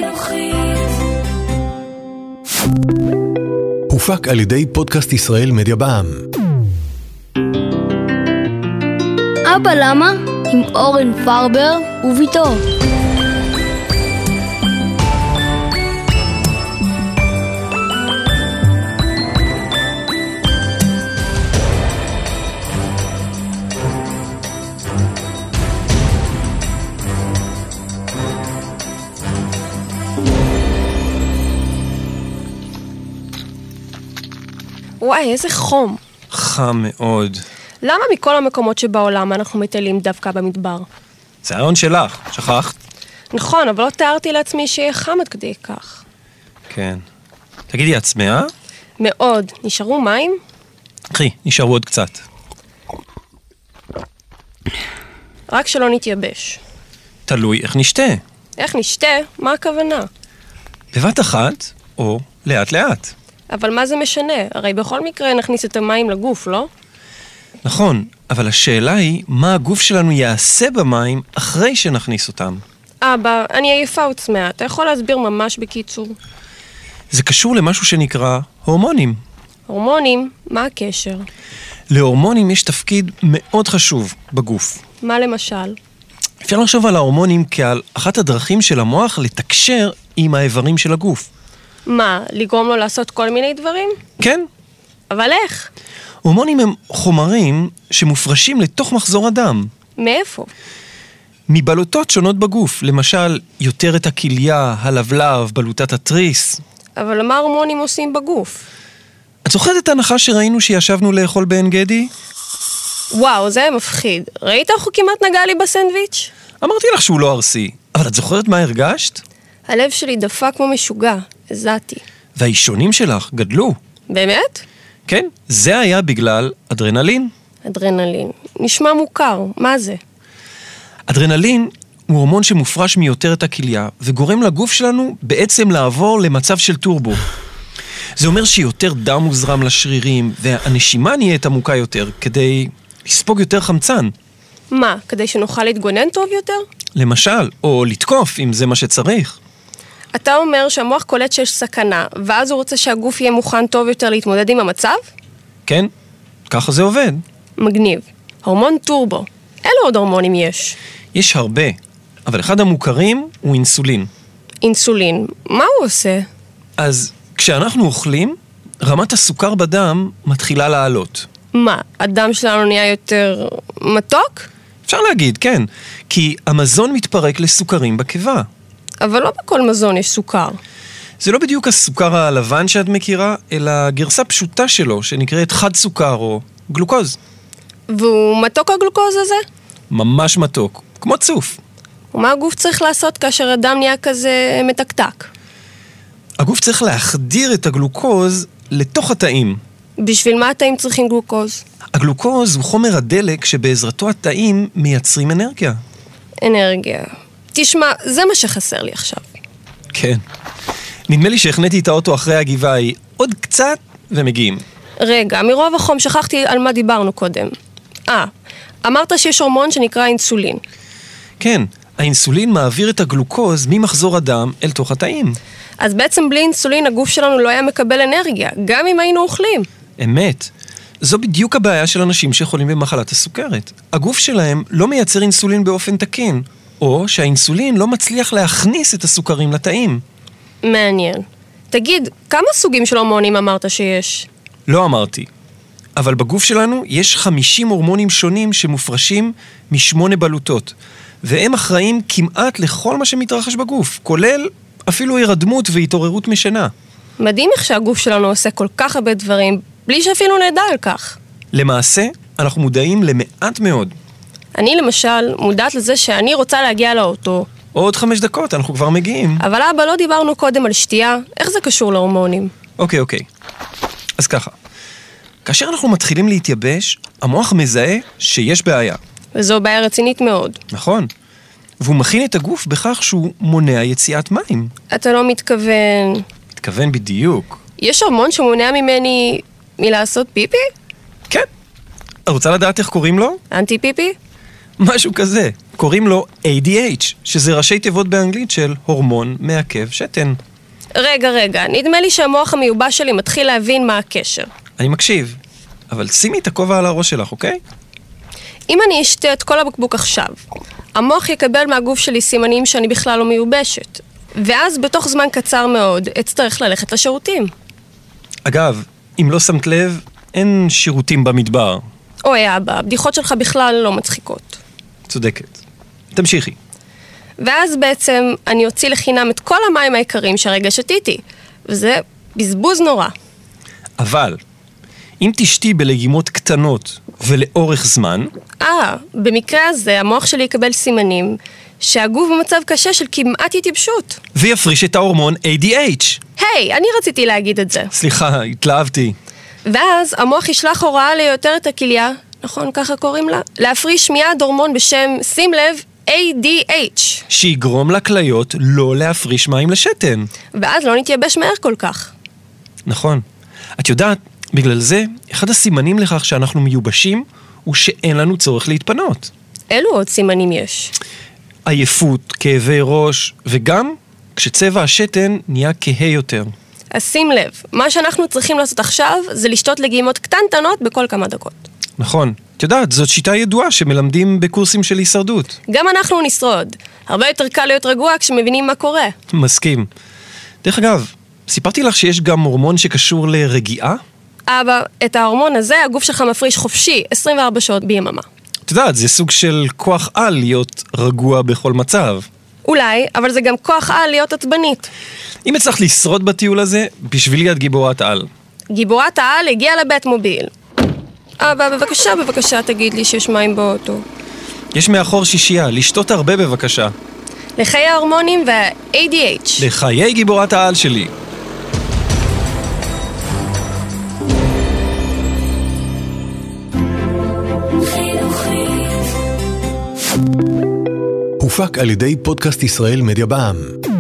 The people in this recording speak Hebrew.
חינוכית. הופק על ידי פודקאסט ישראל מדיה בע"מ. אבא למה? עם אורן פרבר וביתו. וואי, איזה חום. חם מאוד. למה מכל המקומות שבעולם אנחנו מטיילים דווקא במדבר? זה הרעיון שלך, שכחת? נכון, אבל לא תיארתי לעצמי שיהיה חם עד כדי כך. כן. תגידי, את צמאה? מאוד. נשארו מים? אחי, נשארו עוד קצת. רק שלא נתייבש. תלוי איך נשתה. איך נשתה? מה הכוונה? בבת אחת, או לאט לאט. אבל מה זה משנה? הרי בכל מקרה נכניס את המים לגוף, לא? נכון, אבל השאלה היא, מה הגוף שלנו יעשה במים אחרי שנכניס אותם? אבא, אני עייפה וצמאה. אתה יכול להסביר ממש בקיצור? זה קשור למשהו שנקרא הורמונים. הורמונים? מה הקשר? להורמונים יש תפקיד מאוד חשוב בגוף. מה למשל? אפשר לחשוב על ההורמונים כעל אחת הדרכים של המוח לתקשר עם האיברים של הגוף. מה, לגרום לו לעשות כל מיני דברים? כן. אבל איך? הורמונים הם חומרים שמופרשים לתוך מחזור הדם. מאיפה? מבלוטות שונות בגוף, למשל יותרת הכליה, הלבלב, בלוטת התריס. אבל מה הורמונים עושים בגוף? את זוכרת את ההנחה שראינו שישבנו לאכול בעין גדי? וואו, זה מפחיד. ראית איך הוא כמעט נגע לי בסנדוויץ'? אמרתי לך שהוא לא ארסי, אבל את זוכרת מה הרגשת? הלב שלי דפק כמו משוגע, הזעתי. והאישונים שלך גדלו. באמת? כן, זה היה בגלל אדרנלין. אדרנלין. נשמע מוכר, מה זה? אדרנלין הוא הורמון שמופרש מיותרת הכליה, וגורם לגוף שלנו בעצם לעבור למצב של טורבו. זה אומר שיותר דם מוזרם לשרירים, והנשימה נהיית עמוקה יותר, כדי לספוג יותר חמצן. מה, כדי שנוכל להתגונן טוב יותר? למשל, או לתקוף, אם זה מה שצריך. אתה אומר שהמוח קולט שיש סכנה, ואז הוא רוצה שהגוף יהיה מוכן טוב יותר להתמודד עם המצב? כן, ככה זה עובד. מגניב. הורמון טורבו. אילו עוד הורמונים יש? יש הרבה, אבל אחד המוכרים הוא אינסולין. אינסולין. מה הוא עושה? אז כשאנחנו אוכלים, רמת הסוכר בדם מתחילה לעלות. מה, הדם שלנו נהיה יותר מתוק? אפשר להגיד, כן, כי המזון מתפרק לסוכרים בקיבה. אבל לא בכל מזון יש סוכר. זה לא בדיוק הסוכר הלבן שאת מכירה, אלא גרסה פשוטה שלו, שנקראת חד סוכר או גלוקוז. והוא מתוק הגלוקוז הזה? ממש מתוק, כמו צוף. ומה הגוף צריך לעשות כאשר הדם נהיה כזה מתקתק? הגוף צריך להחדיר את הגלוקוז לתוך התאים. בשביל מה התאים צריכים גלוקוז? הגלוקוז הוא חומר הדלק שבעזרתו התאים מייצרים אנרגיה. אנרגיה. תשמע, זה מה שחסר לי עכשיו. כן. נדמה לי שהכנתי את האוטו אחרי הגבעה, עוד קצת ומגיעים. רגע, מרוב החום שכחתי על מה דיברנו קודם. אמרת שיש הורמון שנקרא אינסולין. כן, האינסולין מעביר את הגלוקוז ממחזור הדם אל תוך התאים. אז בעצם בלי אינסולין הגוף שלנו לא היה מקבל אנרגיה, גם אם היינו אוכלים. אמת. זו בדיוק הבעיה של אנשים שחולים במחלת הסוכרת. הגוף שלהם לא מייצר אינסולין באופן תקין, או שהאינסולין לא מצליח להכניס את הסוכרים לתאים. מעניין. תגיד, כמה סוגים של הורמונים אמרת שיש? לא אמרתי. אבל בגוף שלנו יש 50 הורמונים שונים שמופרשים מ8 בלוטות, והם אחראים כמעט לכל מה שמתרחש בגוף, כולל אפילו הרדמות והתעוררות משנה. מדהים איך שהגוף שלנו עושה כל כך הרבה דברים, בלי שאפילו נדע על כך. למעשה, אנחנו מודעים למעט מאוד. אני למשל מודעת לזה שאני רוצה להגיע לאוטו. עוד 5 דקות, אנחנו כבר מגיעים. אבל אבא, לא דיברנו קודם על שתייה, איך זה קשור להורמונים? אוקיי. אז ככה, כאשר אנחנו מתחילים להתייבש, המוח מזהה שיש בעיה. וזו בעיה רצינית מאוד. נכון. והוא מכין את הגוף בכך שהוא מונע יציאת מים. אתה לא מתכוון... מתכוון בדיוק. יש הורמון שמונע ממני מלעשות פיפי? כן. את רוצה לדעת איך קוראים לו? אנטי פיפי? משהו כזה. קוראים לו ADH, שזה ראשי תיבות באנגלית של הורמון מעכב שתן. רגע, נדמה לי שהמוח המיובש שלי מתחיל להבין מה הקשר. אני מקשיב, אבל שימי את הכובע על הראש שלך, אוקיי? אם אני אשתה את כל הבקבוק עכשיו, המוח יקבל מהגוף שלי סימנים שאני בכלל לא מיובשת. ואז בתוך זמן קצר מאוד אצטרך ללכת לשירותים. אגב, אם לא שמת לב, אין שירותים במדבר. אוי אבא, הבדיחות שלך בכלל לא מצחיקות. צודקת. תמשיכי. ואז בעצם אני אוציא לחינם את כל המים העיקריים שהרגע שתיתי. וזה בזבוז נורא. אבל, אם תשתי בלגימות קטנות ולאורך זמן... במקרה הזה המוח שלי יקבל סימנים שהגוף במצב קשה של כמעט התייבשות. ויפריש את ההורמון ADH. היי, אני רציתי להגיד את זה. סליחה, התלהבתי. ואז המוח ישלח הוראה ליותר את הכליה, נכון, ככה קוראים לה? להפריש מיד הורמון בשם, שים לב, ADH. שיגרום לכליות לא להפריש מים לשתן. ואז לא נתייבש מהר כל כך. נכון. את יודעת, בגלל זה, אחד הסימנים לכך שאנחנו מיובשים, הוא שאין לנו צורך להתפנות. אילו עוד סימנים יש? עייפות, כאבי ראש, וגם כשצבע השתן נהיה כהה יותר. אז שים לב, מה שאנחנו צריכים לעשות עכשיו זה לשתות לגימות קטנטנות בכל כמה דקות. נכון. את יודעת, זאת שיטה ידועה שמלמדים בקורסים של הישרדות. גם אנחנו נשרוד. הרבה יותר קל להיות רגוע כשמבינים מה קורה. מסכים. דרך אגב, סיפרתי לך שיש גם הורמון שקשור לרגיעה? אבל את ההורמון הזה הגוף שלך מפריש חופשי 24 שעות ביממה. את יודעת, זה סוג של כוח על להיות רגוע בכל מצב. אולי, אבל זה גם כוח על להיות עצבנית. אם הצלחת לשרוד בטיול הזה, בשבילי את גיבורת על. גיבורת העל הגיעה לבית מוביל. אבא, בבקשה, תגיד לי שיש מים באוטו. יש מאחור שישייה, לשתות הרבה בבקשה. לחיי ההורמונים וה-ADH. לחיי גיבורת העל שלי. הופק על ידי פודקאסט ישראל מדיה בע"מ.